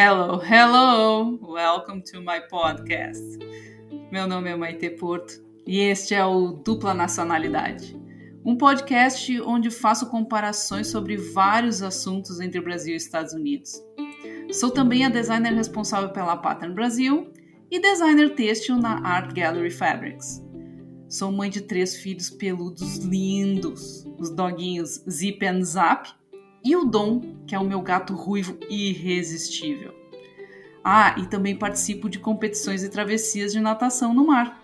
Hello, hello! Welcome to my podcast. Meu nome é Maite Porto e este é o Dupla Nacionalidade, um podcast onde faço comparações sobre vários assuntos entre Brasil e Estados Unidos. Sou também a designer responsável pela Pattern Brasil e designer têxtil na Art Gallery Fabrics. Sou mãe de 3 filhos peludos lindos, os doguinhos Zip and Zap e o Dom, que é o meu gato ruivo irresistível. Ah, e também participo de competições e travessias de natação no mar.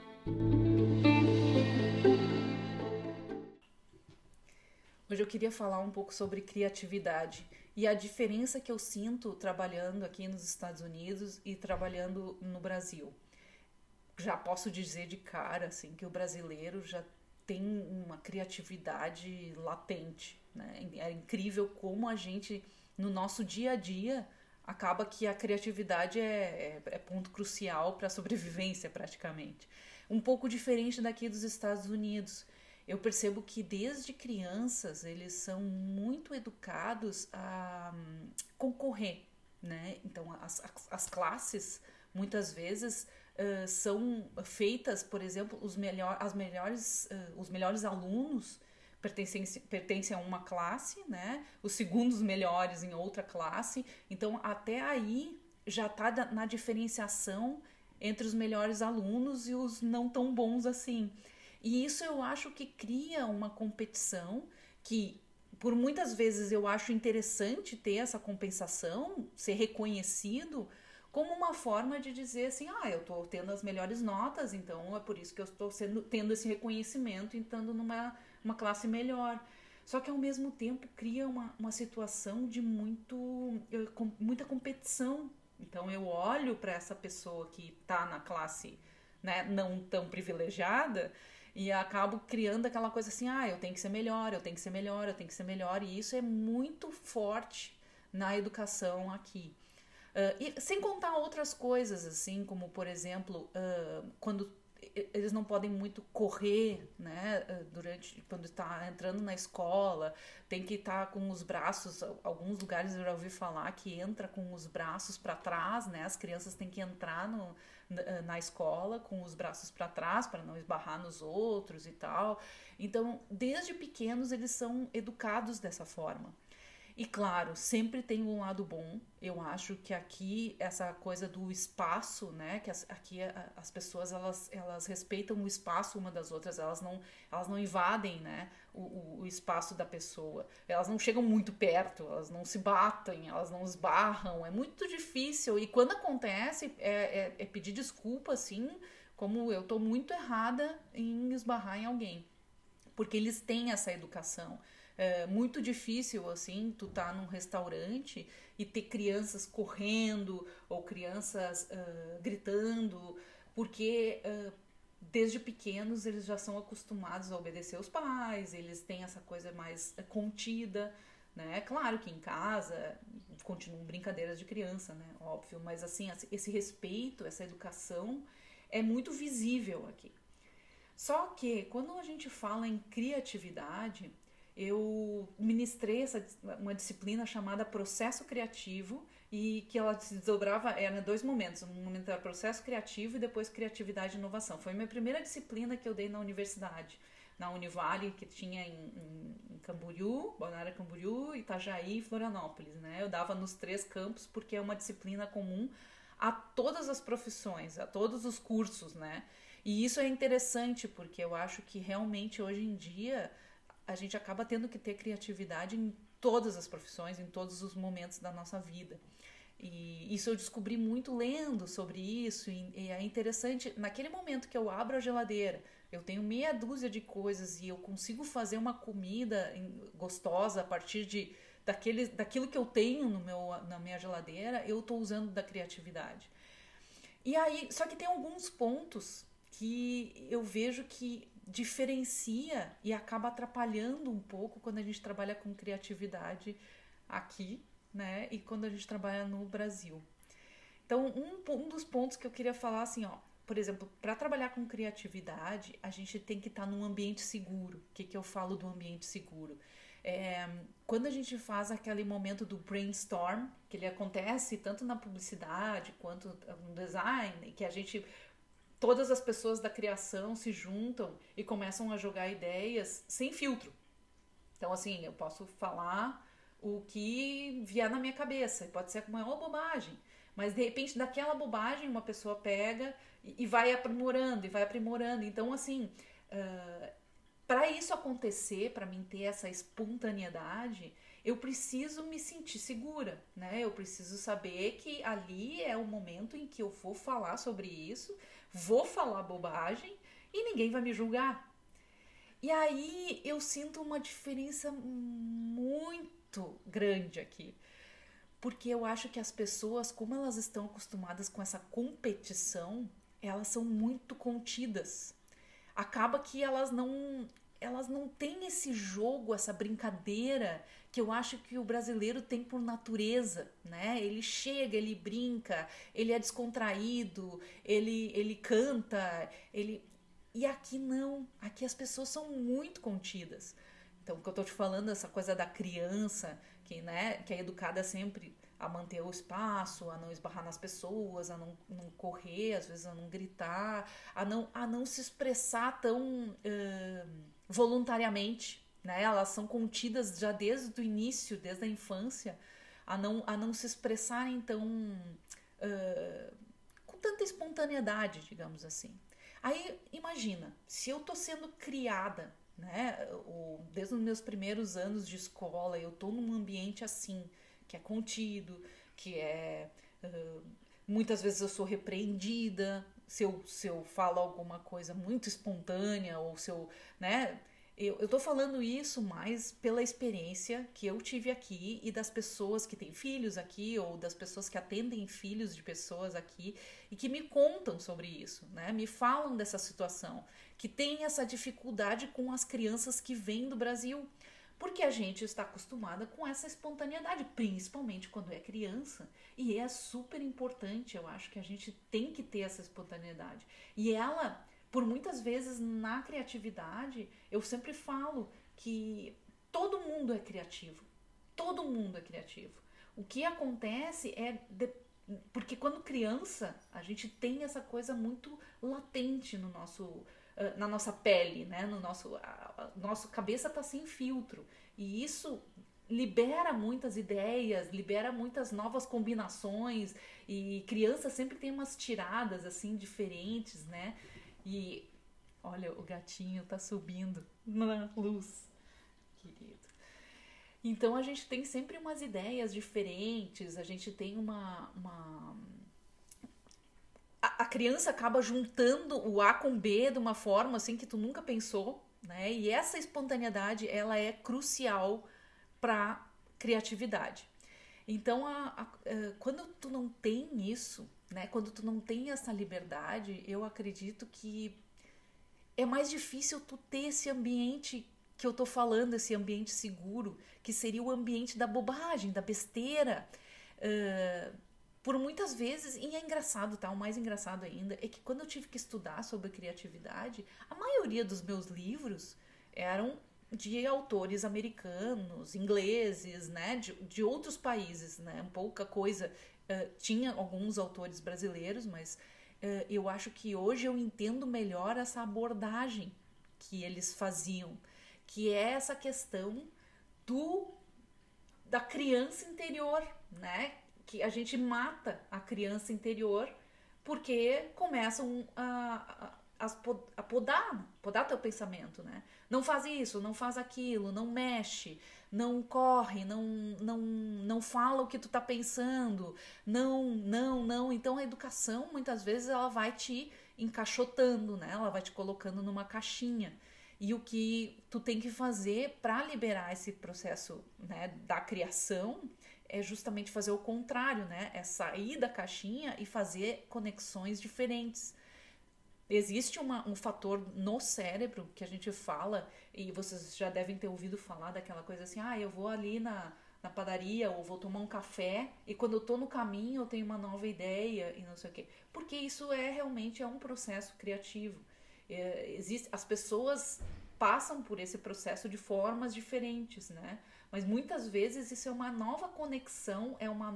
Hoje eu queria falar um pouco sobre criatividade e a diferença que eu sinto trabalhando aqui nos Estados Unidos e trabalhando no Brasil. Já posso dizer de cara assim, que o brasileiro já tem uma criatividade latente, né? É incrível como a gente, no nosso dia a dia, acaba que a criatividade é ponto crucial para a sobrevivência praticamente. Um pouco diferente daqui dos Estados Unidos. Eu percebo que desde crianças eles são muito educados a concorrer, né? Então as classes muitas vezes são feitas, por exemplo, os melhores alunos pertencem a uma classe, né? Os segundos melhores em outra classe. Então, até aí já está na diferenciação entre os melhores alunos e os não tão bons assim. E isso eu acho que cria uma competição que, por muitas vezes, eu acho interessante ter essa compensação, ser reconhecido como uma forma de dizer assim, eu estou tendo as melhores notas, então é por isso que eu estou tendo esse reconhecimento e estando numa classe melhor. Só que ao mesmo tempo cria uma situação de muita competição. Então eu olho para essa pessoa que está na classe, né, não tão privilegiada e acabo criando aquela coisa assim, eu tenho que ser melhor, eu tenho que ser melhor, eu tenho que ser melhor. E isso é muito forte na educação aqui. E sem contar outras coisas, assim, como, por exemplo, quando eles não podem muito correr, né, quando está entrando na escola, tem que estar com os braços, alguns lugares eu já ouvi falar que entra com os braços para trás, né, as crianças têm que entrar na escola com os braços para trás para não esbarrar nos outros e tal. Então, desde pequenos eles são educados dessa forma. E claro, sempre tem um lado bom. Eu acho que aqui essa coisa do espaço, né? Que aqui as pessoas elas respeitam o espaço uma das outras, elas não invadem, né? O espaço da pessoa. Elas não chegam muito perto, elas não se batem, elas não esbarram. É muito difícil. E quando acontece, é pedir desculpa, assim, como eu tô muito errada em esbarrar em alguém. Porque eles têm essa educação. É muito difícil, assim, tu tá num restaurante e ter crianças correndo ou crianças gritando, porque desde pequenos eles já são acostumados a obedecer aos pais, eles têm essa coisa mais contida, né? Claro que em casa continuam brincadeiras de criança, né? Óbvio, mas assim, esse respeito, essa educação é muito visível aqui. Só que quando a gente fala em criatividade, eu ministrei uma disciplina chamada Processo Criativo e que ela se desdobrava, era em 2 momentos. Um momento era processo criativo e depois criatividade e inovação. Foi a minha primeira disciplina que eu dei na universidade, na Univale, que tinha em Camboriú, Balneário Camboriú, Itajaí e Florianópolis, né? Eu dava nos 3 campos porque é uma disciplina comum a todas as profissões, a todos os cursos, né? E isso é interessante porque eu acho que realmente hoje em dia a gente acaba tendo que ter criatividade em todas as profissões, em todos os momentos da nossa vida. E isso eu descobri muito lendo sobre isso, e é interessante, naquele momento que eu abro a geladeira, eu tenho meia dúzia de coisas e eu consigo fazer uma comida gostosa a partir daquilo que eu tenho na minha geladeira, eu estou usando da criatividade. E aí, só que tem alguns pontos que eu vejo que diferencia e acaba atrapalhando um pouco quando a gente trabalha com criatividade aqui, né? E quando a gente trabalha no Brasil. Então, um dos pontos que eu queria falar, assim, por exemplo, para trabalhar com criatividade, a gente tem que estar num ambiente seguro. O que eu falo do ambiente seguro? Quando a gente faz aquele momento do brainstorm, que ele acontece tanto na publicidade quanto no design, que a gente, todas as pessoas da criação se juntam e começam a jogar ideias sem filtro. Então, assim, eu posso falar o que vier na minha cabeça, e pode ser uma bobagem, mas de repente daquela bobagem uma pessoa pega e vai aprimorando e vai aprimorando. Então, assim, para isso acontecer, para mim ter essa espontaneidade, eu preciso me sentir segura, né? Eu preciso saber que ali é o momento em que eu vou falar sobre isso, vou falar bobagem e ninguém vai me julgar. E aí eu sinto uma diferença muito grande aqui. Porque eu acho que as pessoas, como elas estão acostumadas com essa competição, elas são muito contidas. Acaba que elas não têm esse jogo, essa brincadeira que eu acho que o brasileiro tem por natureza, né? Ele chega, ele brinca, ele é descontraído, ele canta, ele... E aqui não, aqui as pessoas são muito contidas. Então, o que eu tô te falando, essa coisa da criança, que, né, que é educada sempre a manter o espaço, a não esbarrar nas pessoas, a não correr, às vezes a não gritar, a não se expressar tão voluntariamente, né? Elas são contidas já desde o início, desde a infância, a não se expressarem tão com tanta espontaneidade, digamos assim. Aí imagina, se eu tô sendo criada, né, desde os meus primeiros anos de escola, eu tô num ambiente assim, que é contido, que é muitas vezes eu sou repreendida se eu falo alguma coisa muito espontânea, ou se eu, né, eu tô falando isso mais pela experiência que eu tive aqui e das pessoas que têm filhos aqui, ou das pessoas que atendem filhos de pessoas aqui e que me contam sobre isso, né? Me falam dessa situação, que tem essa dificuldade com as crianças que vêm do Brasil, porque a gente está acostumada com essa espontaneidade, principalmente quando é criança, e é super importante, eu acho que a gente tem que ter essa espontaneidade. E ela, por muitas vezes na criatividade, eu sempre falo que todo mundo é criativo. Todo mundo é criativo. O que acontece porque quando criança, a gente tem essa coisa muito latente na nossa pele, né? Nossa cabeça tá sem filtro. E isso libera muitas ideias, libera muitas novas combinações. E criança sempre tem umas tiradas assim diferentes, né? E olha, o gatinho tá subindo na luz, querido. Então a gente tem sempre umas ideias diferentes, a gente tem a criança acaba juntando o A com B de uma forma assim que tu nunca pensou, né? E essa espontaneidade, ela é crucial para criatividade. Então, quando tu não tem isso, né? Quando tu não tem essa liberdade, eu acredito que é mais difícil tu ter esse ambiente que eu tô falando, esse ambiente seguro, que seria o ambiente da bobagem, da besteira. Por muitas vezes, e é engraçado, tá? O mais engraçado ainda é que quando eu tive que estudar sobre criatividade, a maioria dos meus livros eram de autores americanos, ingleses, né? De outros países, né? Pouca coisa. Tinha alguns autores brasileiros, mas eu acho que hoje eu entendo melhor essa abordagem que eles faziam, que é essa questão da criança interior, né? Que a gente mata a criança interior porque começam a podar teu pensamento, né? Não faz isso, não faz aquilo, não mexe, não corre, não fala o que tu tá pensando, não. Então a educação, muitas vezes, ela vai te encaixotando, né? Ela vai te colocando numa caixinha. E o que tu tem que fazer para liberar esse processo, né, da criação é justamente fazer o contrário, né? É sair da caixinha e fazer conexões diferentes. Existe um fator no cérebro que a gente fala, e vocês já devem ter ouvido falar daquela coisa assim, eu vou ali na padaria ou vou tomar um café e quando eu tô no caminho eu tenho uma nova ideia e não sei o quê. Porque isso realmente é um processo criativo. As pessoas passam por esse processo de formas diferentes, né? Mas muitas vezes isso é uma nova conexão, é uma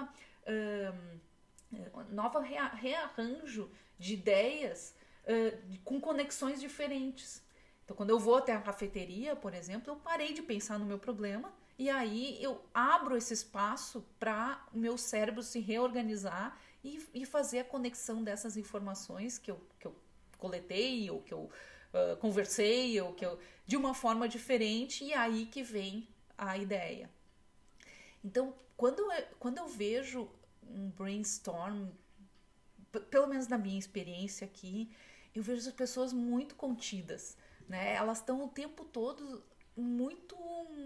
nova rearranjo de ideias com conexões diferentes. Então, quando eu vou até a cafeteria, por exemplo, eu parei de pensar no meu problema e aí eu abro esse espaço para o meu cérebro se reorganizar e fazer a conexão dessas informações que eu coletei ou que eu conversei ou que eu, de uma forma diferente, e aí que vem a ideia. Então, quando eu vejo um brainstorm, pelo menos na minha experiência aqui, eu vejo as pessoas muito contidas, né? Elas estão o tempo todo muito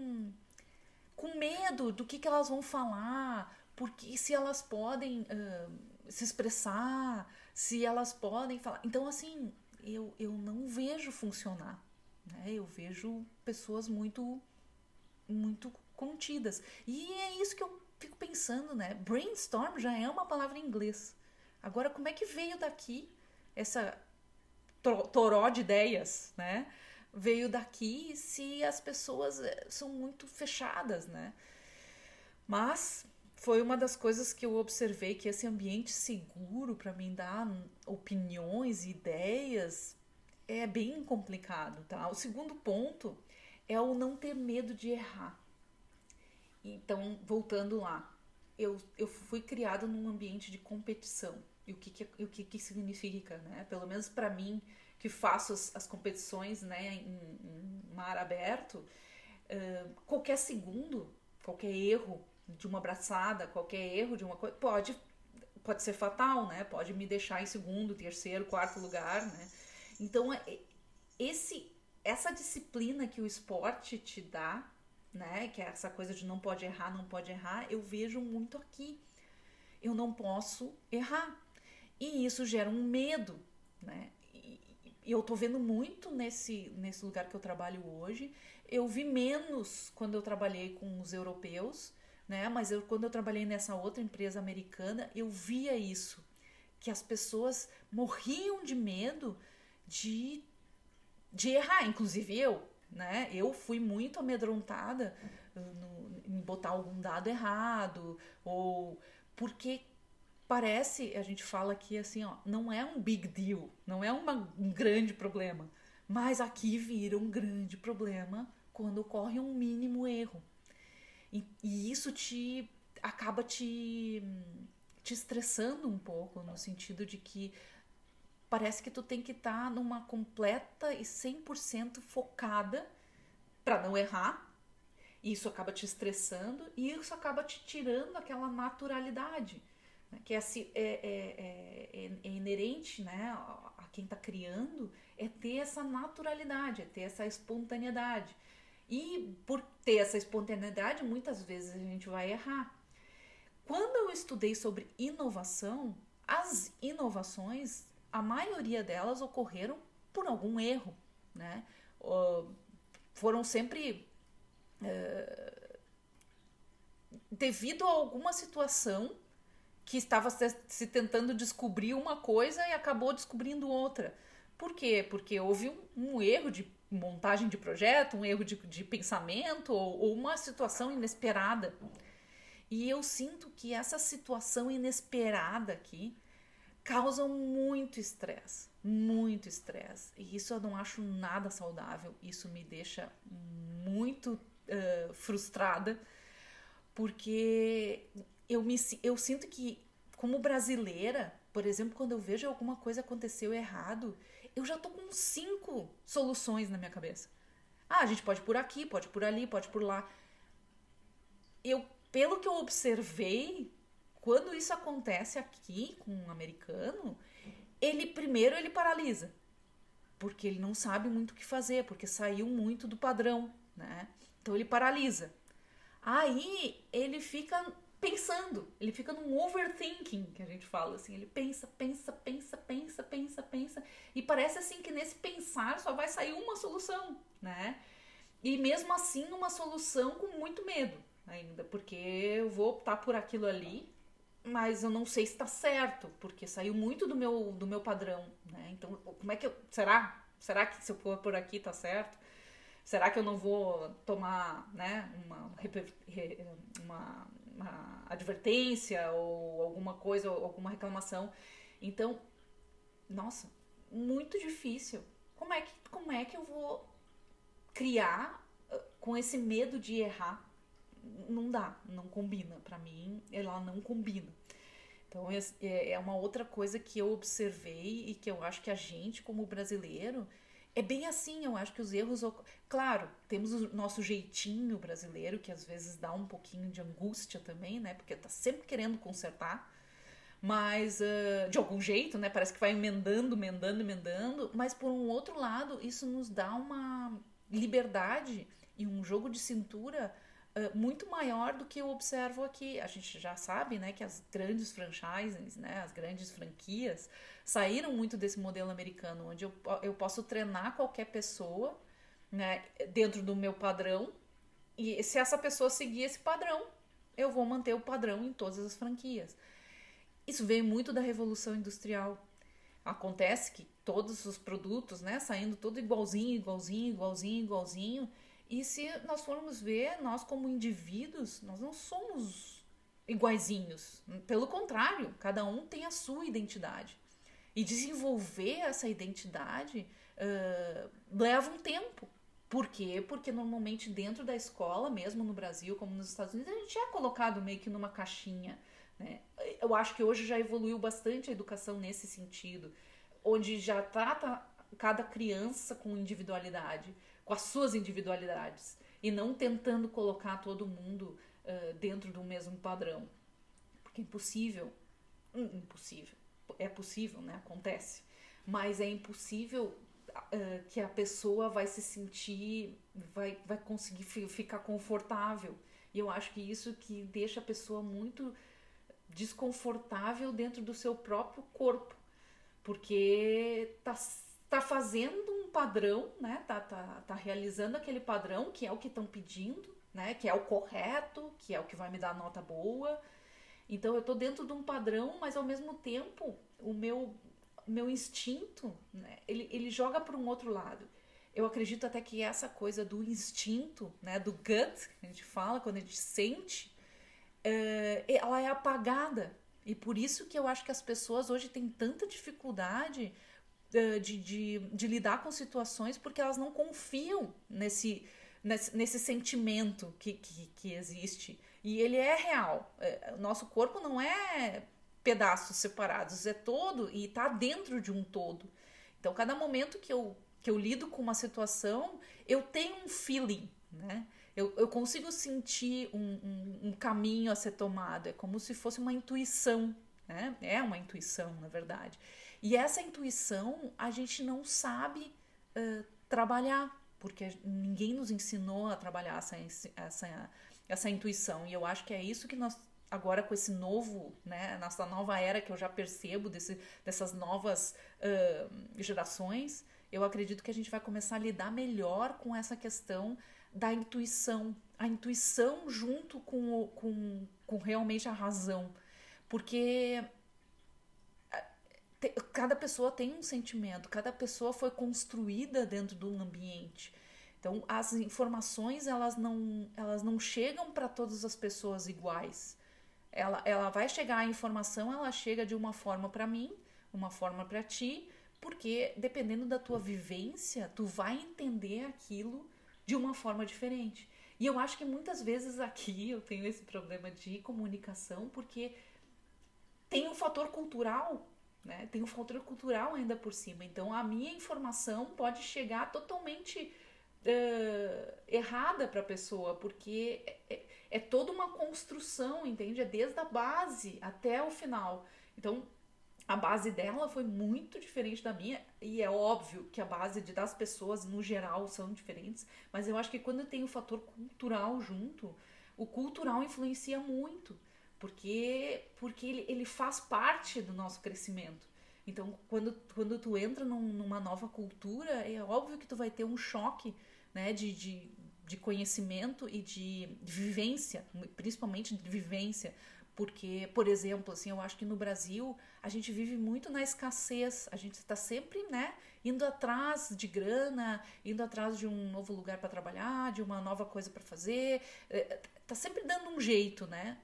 com medo do que elas vão falar, porque se elas podem se expressar, se elas podem falar. Então, assim, eu não vejo funcionar, né? Eu vejo pessoas muito contidas. E é isso que eu fico pensando, né? Brainstorm já é uma palavra em inglês. Agora, como é que veio daqui essa toró de ideias, né? Veio daqui se as pessoas são muito fechadas, né? Mas foi uma das coisas que eu observei, que esse ambiente seguro para mim dar opiniões e ideias é bem complicado, tá? O segundo ponto é o não ter medo de errar. Então, voltando lá, eu fui criada num ambiente de competição. E o que significa, né? Pelo menos para mim, que faço as competições, né, em mar aberto, qualquer segundo, qualquer erro de uma braçada, qualquer erro de uma coisa, pode ser fatal, né? Pode me deixar em segundo, terceiro, quarto lugar, né? Então, essa disciplina que o esporte te dá, né? Que é essa coisa de não pode errar, eu vejo muito aqui. Eu não posso errar. E isso gera um medo, né? E eu tô vendo muito nesse lugar que eu trabalho hoje. Eu vi menos quando eu trabalhei com os europeus, né? Mas quando eu trabalhei nessa outra empresa americana, eu via isso. Que as pessoas morriam de medo de errar, inclusive eu, né? Eu fui muito amedrontada em botar algum dado errado, ou porque parece, a gente fala aqui assim, ó, não é um big deal, não é um grande problema, mas aqui vira um grande problema quando ocorre um mínimo erro. E isso acaba te estressando um pouco, no sentido de que parece que tu tem que estar numa completa e 100% focada para não errar. Isso acaba te estressando e isso acaba te tirando aquela naturalidade, né? Que é inerente, né, a quem está criando, é ter essa naturalidade, é ter essa espontaneidade. E por ter essa espontaneidade, muitas vezes a gente vai errar. Quando eu estudei sobre inovação, as inovações, a maioria delas ocorreram por algum erro, né? Foram sempre devido a alguma situação que estava se tentando descobrir uma coisa e acabou descobrindo outra. Por quê? Porque houve um erro de montagem de projeto, um erro de pensamento ou uma situação inesperada. E eu sinto que essa situação inesperada aqui causa muito estresse, muito estresse. E isso eu não acho nada saudável, isso me deixa muito frustrada, porque eu sinto que, como brasileira, por exemplo, quando eu vejo alguma coisa aconteceu errado, eu já tô com 5 soluções na minha cabeça. Ah, a gente pode ir por aqui, pode ir por ali, pode ir por lá. Pelo que eu observei, quando isso acontece aqui com um americano, primeiro ele paralisa, porque ele não sabe muito o que fazer, porque saiu muito do padrão, né? Então ele paralisa. Aí ele fica pensando, ele fica num overthinking, que a gente fala assim, ele pensa, e parece assim que nesse pensar só vai sair uma solução, né? E mesmo assim uma solução com muito medo ainda, porque eu vou optar por aquilo ali, mas eu não sei se está certo, porque saiu muito do meu padrão, né? Então, como é que será que se eu for por aqui tá certo? Será que eu não vou tomar, né, uma advertência ou alguma coisa, ou alguma reclamação? Então, nossa, muito difícil. Como é que eu vou criar com esse medo de errar? Não dá, não combina. Pra mim, ela não combina. Então, é uma outra coisa que eu observei e que eu acho que a gente, como brasileiro, é bem assim. Eu acho que os erros. Claro, temos o nosso jeitinho brasileiro, que às vezes dá um pouquinho de angústia também, né? Porque tá sempre querendo consertar. Mas, de algum jeito, né? Parece que vai emendando, emendando, emendando. Mas, por um outro lado, isso nos dá uma liberdade e um jogo de cintura muito maior do que eu observo aqui. A gente já sabe, né, que as grandes franchises, né, as grandes franquias saíram muito desse modelo americano, onde eu posso treinar qualquer pessoa, né, dentro do meu padrão, e se essa pessoa seguir esse padrão, eu vou manter o padrão em todas as franquias. Isso veio muito da Revolução Industrial. Acontece que todos os produtos, né, saindo tudo igualzinho, igualzinho, igualzinho, igualzinho. E se nós formos ver, nós como indivíduos, nós não somos iguaizinhos. Pelo contrário, cada um tem a sua identidade. E desenvolver essa identidade leva um tempo. Por quê? Porque normalmente dentro da escola, mesmo no Brasil, como nos Estados Unidos, a gente é colocado meio que numa caixinha, né? Eu acho que hoje já evoluiu bastante a educação nesse sentido, onde já trata cada criança com individualidade, com as suas individualidades, e não tentando colocar todo mundo dentro do mesmo padrão. Porque é impossível. Impossível. É possível, né? Acontece. Mas é impossível que a pessoa vai se sentir, vai conseguir ficar confortável. E eu acho que isso que deixa a pessoa muito desconfortável dentro do seu próprio corpo, porque tá fazendo um padrão, né? Tá realizando aquele padrão que é o que estão pedindo, né? Que é o correto, que é o que vai me dar nota boa. Então eu tô dentro de um padrão, mas ao mesmo tempo o meu instinto, né? Ele joga para um outro lado. Eu acredito até que essa coisa do instinto, né? Do gut, que a gente fala, quando a gente sente, ela é apagada. E por isso que eu acho que as pessoas hoje têm tanta dificuldade de lidar com situações, porque elas não confiam nesse sentimento que existe. E ele é real. O nosso corpo não é pedaços separados, é todo e está dentro de um todo. Então, cada momento que eu lido com uma situação, eu tenho um feeling, né? Eu consigo sentir um caminho a ser tomado. É como se fosse uma intuição, né? É uma intuição, na verdade. E essa intuição a gente não sabe trabalhar, porque ninguém nos ensinou a trabalhar essa intuição. E eu acho que é isso que nós, agora com esse novo, né, nessa nova era que eu já percebo dessas novas gerações, eu acredito que a gente vai começar a lidar melhor com essa questão da intuição, a intuição junto com realmente a razão, porque cada pessoa tem um sentimento, cada pessoa foi construída dentro de um ambiente. Então as informações elas não chegam para todas as pessoas iguais. Ela vai chegar, a informação ela chega de uma forma para mim, uma forma para ti, porque dependendo da tua vivência, tu vai entender aquilo de uma forma diferente. E eu acho que muitas vezes aqui eu tenho esse problema de comunicação, porque tem um fator cultural, né? Tem um fator cultural ainda por cima. Então a minha informação pode chegar totalmente errada para a pessoa, porque é toda uma construção, entende? É desde a base até o final. Então a base dela foi muito diferente da minha, e é óbvio que a base das pessoas no geral são diferentes, mas eu acho que quando tem o fator cultural junto, o cultural influencia muito, porque ele faz parte do nosso crescimento. Então, quando tu entra numa nova cultura, é óbvio que tu vai ter um choque, né, de conhecimento e de vivência, principalmente de vivência, Porque, por exemplo, assim, eu acho que no Brasil a gente vive muito na escassez. A gente está sempre, né, indo atrás de grana, indo atrás de um novo lugar para trabalhar, de uma nova coisa para fazer. Tá sempre dando um jeito, né?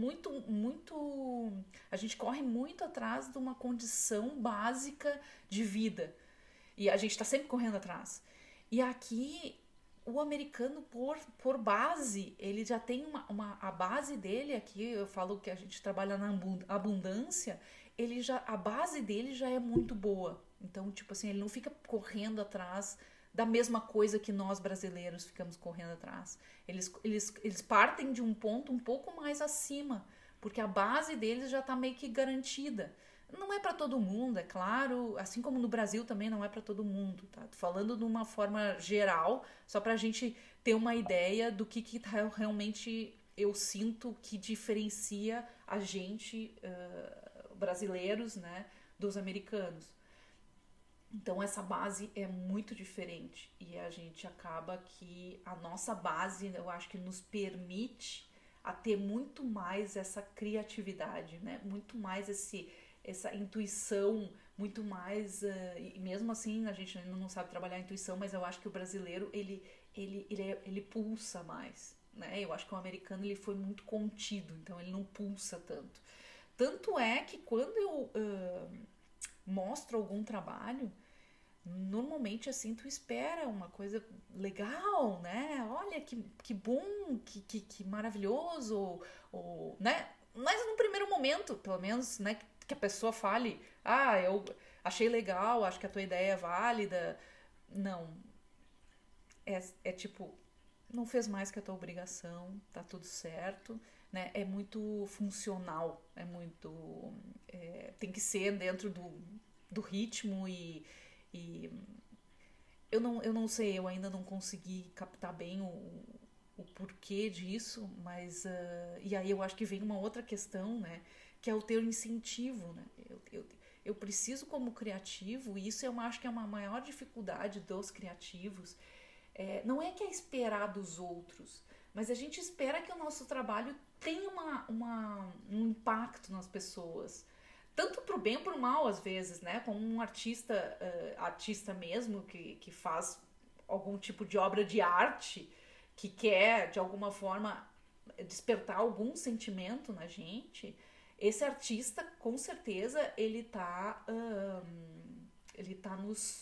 Muito. A gente corre muito atrás de uma condição básica de vida. E a gente está sempre correndo atrás. E aqui o americano, por base, ele já tem a base dele aqui, eu falo que a gente trabalha na abundância, a base dele já é muito boa. Então, tipo assim, ele não fica correndo atrás da mesma coisa que nós brasileiros ficamos correndo atrás. Eles partem de um ponto um pouco mais acima, porque a base deles já está meio que garantida. Não é para todo mundo, é claro, assim como no Brasil também não é para todo mundo, tá? Tô falando de uma forma geral, só para a gente ter uma ideia do que realmente eu sinto que diferencia a gente, brasileiros, né, dos americanos. Então essa base é muito diferente e a gente acaba que a nossa base, eu acho que nos permite a ter muito mais essa criatividade, né? Muito mais essa intuição, muito mais, e mesmo assim a gente ainda não sabe trabalhar a intuição, mas eu acho que o brasileiro ele pulsa mais, né? Eu acho que o americano ele foi muito contido, então ele não pulsa tanto. Tanto é que quando eu mostro algum trabalho, normalmente assim tu espera uma coisa legal, né? Olha que bom, que maravilhoso, ou, né? Mas no primeiro momento, pelo menos, né, que a pessoa fale, eu achei legal, acho que a tua ideia é válida. Não, é tipo, não fez mais que a tua obrigação, tá tudo certo, né? É muito funcional, tem que ser dentro do ritmo e eu não sei, eu ainda não consegui captar bem o porquê disso, mas e aí eu acho que vem uma outra questão, né, que é o teu incentivo, né? Eu preciso como criativo, e isso eu acho que é uma maior dificuldade dos criativos, não é que é esperar dos outros, mas a gente espera que o nosso trabalho tenha um impacto nas pessoas, tanto pro bem ou pro mal às vezes, né? Como um artista mesmo que faz algum tipo de obra de arte, que quer de alguma forma despertar algum sentimento na gente, esse artista com certeza ele tá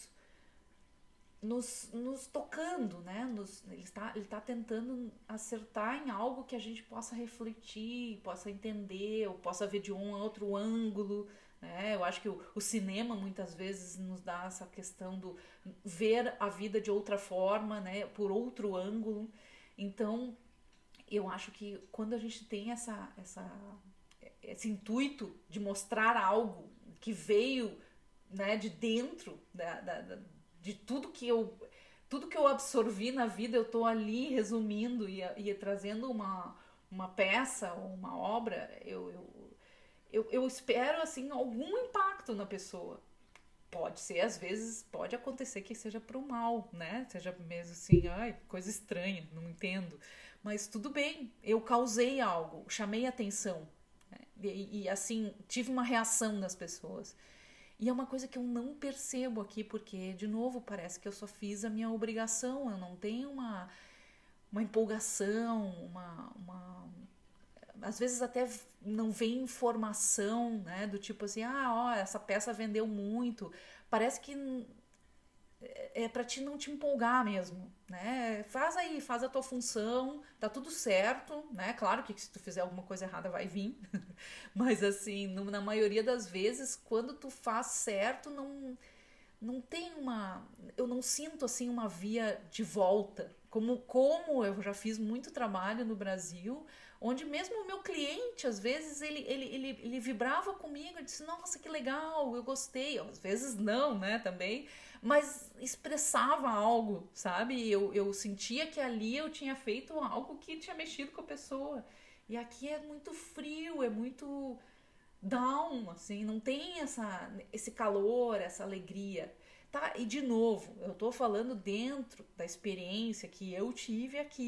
nos tocando, né? Ele tá tentando acertar em algo que a gente possa refletir, possa entender, ou possa ver de um outro ângulo, né? Eu acho que o cinema muitas vezes nos dá essa questão do ver a vida de outra forma, né? Por outro ângulo. Então, eu acho que quando a gente tem esse intuito de mostrar algo que veio, né, de dentro de tudo que eu absorvi na vida, eu tô ali resumindo e trazendo uma peça ou uma obra, eu espero assim algum impacto na pessoa. Pode ser, às vezes, pode acontecer que seja pro mal, né? Seja mesmo assim, ai, coisa estranha, não entendo. Mas tudo bem, eu causei algo, chamei atenção, né? E assim, tive uma reação das pessoas. E é uma coisa que eu não percebo aqui, porque, de novo, parece que eu só fiz a minha obrigação, eu não tenho uma empolgação, às vezes até não vem informação, né, do tipo assim, essa peça vendeu muito. Parece que é pra ti não te empolgar mesmo, né? Faz a tua função, tá tudo certo, né? Claro que se tu fizer alguma coisa errada vai vir, mas assim, na maioria das vezes, quando tu faz certo, não tem eu não sinto assim uma via de volta. Como eu já fiz muito trabalho no Brasil, onde mesmo o meu cliente, às vezes, ele vibrava comigo e disse, nossa, que legal, eu gostei. Às vezes não, né, também, mas expressava algo, sabe? Eu sentia que ali eu tinha feito algo que tinha mexido com a pessoa. E aqui é muito frio, é muito down, assim, não tem esse calor, essa alegria. Tá, e de novo, eu tô falando dentro da experiência que eu tive aqui,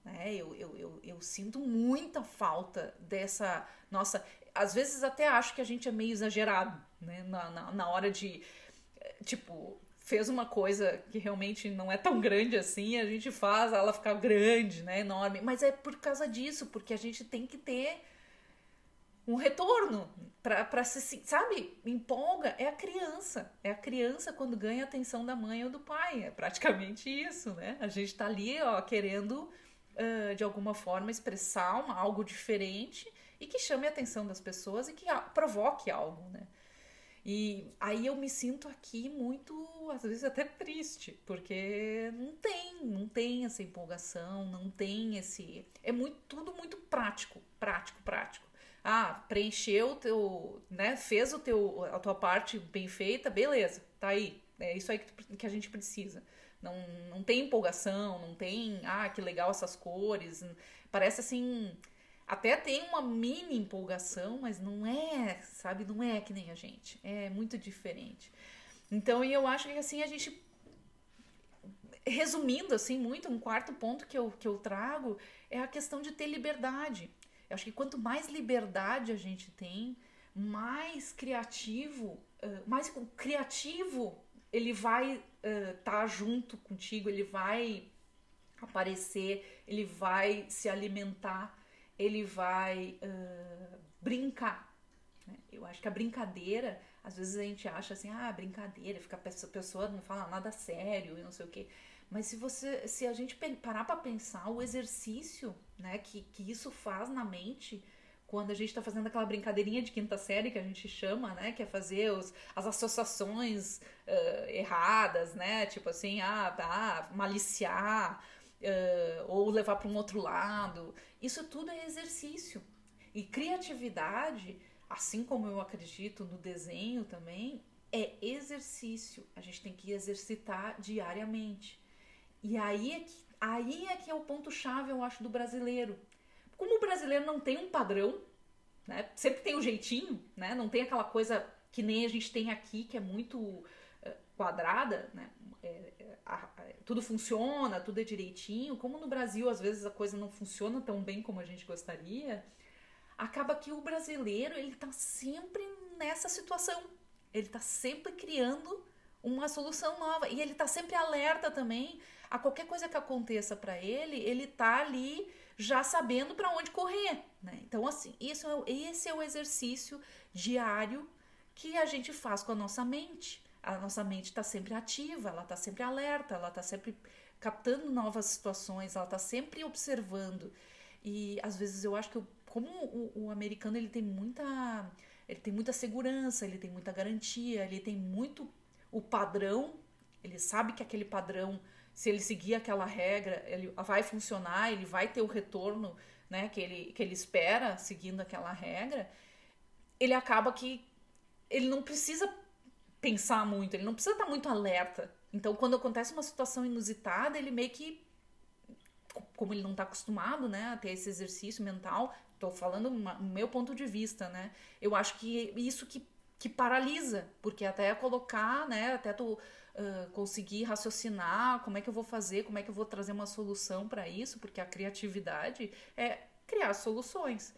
né? Eu sinto muita falta dessa nossa. Às vezes até acho que a gente é meio exagerado, né? Na hora de, tipo, fez uma coisa que realmente não é tão grande assim, a gente faz ela ficar grande, né? Enorme. Mas é por causa disso, porque a gente tem que ter um retorno para se, sabe, empolga. É a criança quando ganha a atenção da mãe ou do pai, é praticamente isso, né? A gente tá ali, ó, querendo de alguma forma expressar algo diferente e que chame a atenção das pessoas e que provoque algo, né? E aí eu me sinto aqui muito, às vezes até triste, porque não tem essa empolgação, não tem esse, é muito tudo muito prático. Ah, preencheu o teu, né, fez a tua parte bem feita, beleza, tá aí. É isso aí que a gente precisa. Não, não tem empolgação, não tem, que legal essas cores. Parece assim, até tem uma mini empolgação, mas não é, sabe, não é que nem a gente. É muito diferente. Então, eu acho que assim, a gente, resumindo assim muito, um quarto ponto que eu trago é a questão de ter liberdade. Eu acho que quanto mais liberdade a gente tem, mais criativo ele vai estar junto contigo, ele vai aparecer, ele vai se alimentar, ele vai brincar. Né? Eu acho que a brincadeira, às vezes a gente acha assim, brincadeira, fica a pessoa não fala nada sério e não sei o quê. Mas se a gente parar para pensar o exercício, né, que isso faz na mente, quando a gente está fazendo aquela brincadeirinha de quinta série que a gente chama, né, que é fazer as associações erradas, né, tipo assim, maliciar, ou levar para um outro lado. Isso tudo é exercício. E criatividade, assim como eu acredito no desenho também, é exercício. A gente tem que exercitar diariamente. E aí é que é o ponto-chave, eu acho, do brasileiro. Como o brasileiro não tem um padrão, né? Sempre tem um jeitinho, né? Não tem aquela coisa que nem a gente tem aqui, que é muito quadrada, né? Tudo funciona, tudo é direitinho. Como no Brasil, às vezes, a coisa não funciona tão bem como a gente gostaria, acaba que o brasileiro, ele tá sempre nessa situação. Ele tá sempre criando uma solução nova. E ele tá sempre alerta também a qualquer coisa que aconteça para ele tá ali já sabendo para onde correr, né? Então, assim, esse é o exercício diário que a gente faz com a nossa mente. A nossa mente está sempre ativa, ela está sempre alerta, ela está sempre captando novas situações, ela está sempre observando. E às vezes eu acho que como o americano ele tem muita segurança, ele tem muita garantia, ele tem muito o padrão, ele sabe que aquele padrão, se ele seguir aquela regra, ele vai funcionar, ele vai ter o retorno, né, que ele espera seguindo aquela regra. Ele acaba que ele não precisa pensar muito, ele não precisa estar muito alerta. Então, quando acontece uma situação inusitada, ele meio que, como ele não está acostumado, né, a ter esse exercício mental, estou falando do meu ponto de vista, né, eu acho que isso que paralisa, porque até colocar, né, até tu conseguir raciocinar como é que eu vou fazer, como é que eu vou trazer uma solução para isso, porque a criatividade é criar soluções.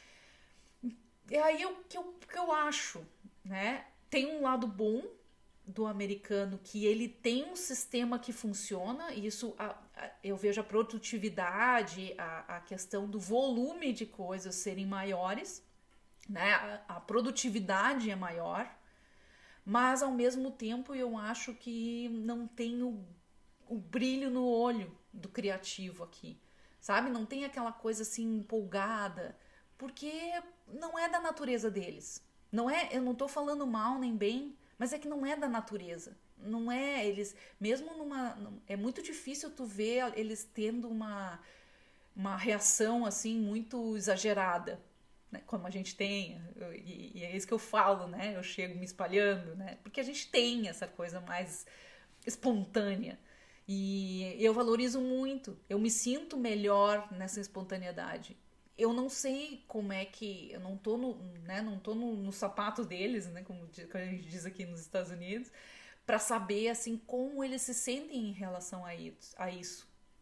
E aí o que eu acho, né, tem um lado bom do americano, que ele tem um sistema que funciona, e isso eu vejo a produtividade, a questão do volume de coisas serem maiores, né? A produtividade é maior, mas ao mesmo tempo eu acho que não tem o brilho no olho do criativo aqui, sabe? Não tem aquela coisa assim empolgada, porque não é da natureza deles. Não é, eu não tô falando mal nem bem, mas é que não é da natureza. Não é, eles, mesmo é muito difícil tu ver eles tendo uma reação assim muito exagerada, né, como a gente tem, e é isso que eu falo, né? Eu chego me espalhando, né? Porque a gente tem essa coisa mais espontânea. E eu valorizo muito, eu me sinto melhor nessa espontaneidade. Eu não sei como é que. Eu não tô no sapato deles, né? Como a gente diz aqui nos Estados Unidos, para saber assim como eles se sentem em relação a isso.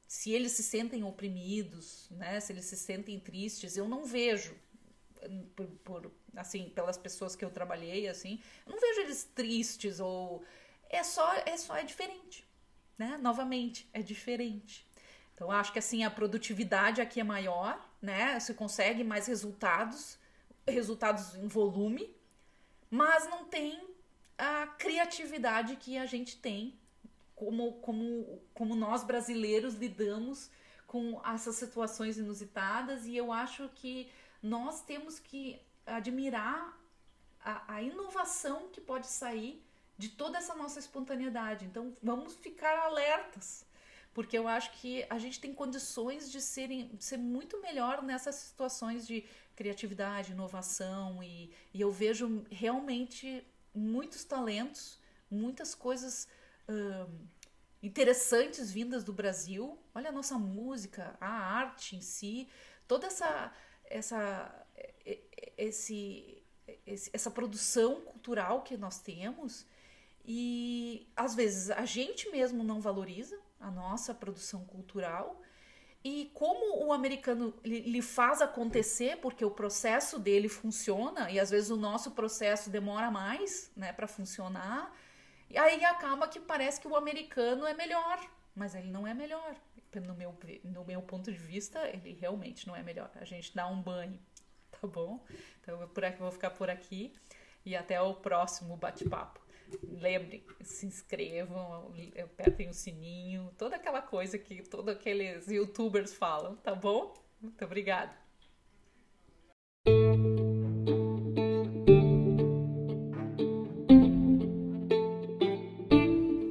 se eles se sentem oprimidos, né? Se eles se sentem tristes, eu não vejo, assim, pelas pessoas que eu trabalhei, assim, eu não vejo eles tristes ou é diferente, né? Novamente, é diferente. Então, eu acho que assim a produtividade aqui é maior, né? Se consegue mais resultados em volume, mas não tem a criatividade que a gente tem como nós brasileiros lidamos com essas situações inusitadas, e eu acho que nós temos que admirar a inovação que pode sair de toda essa nossa espontaneidade. Então vamos ficar alertas, porque eu acho que a gente tem condições de ser muito melhor nessas situações de criatividade, inovação, e eu vejo realmente muitos talentos, muitas coisas interessantes vindas do Brasil. Olha a nossa música, a arte em si, toda essa produção cultural que nós temos, e às vezes a gente mesmo não valoriza a nossa produção cultural, e como o americano lhe faz acontecer, porque o processo dele funciona, e às vezes o nosso processo demora mais, né, para funcionar, e aí acaba que parece que o americano é melhor, mas ele não é melhor. No meu ponto de vista, ele realmente não é melhor. A gente dá um banho, tá bom? Então eu vou ficar por aqui e até o próximo bate-papo. Lembrem, se inscrevam, apertem o sininho, toda aquela coisa que todos aqueles youtubers falam, tá bom? Muito obrigada.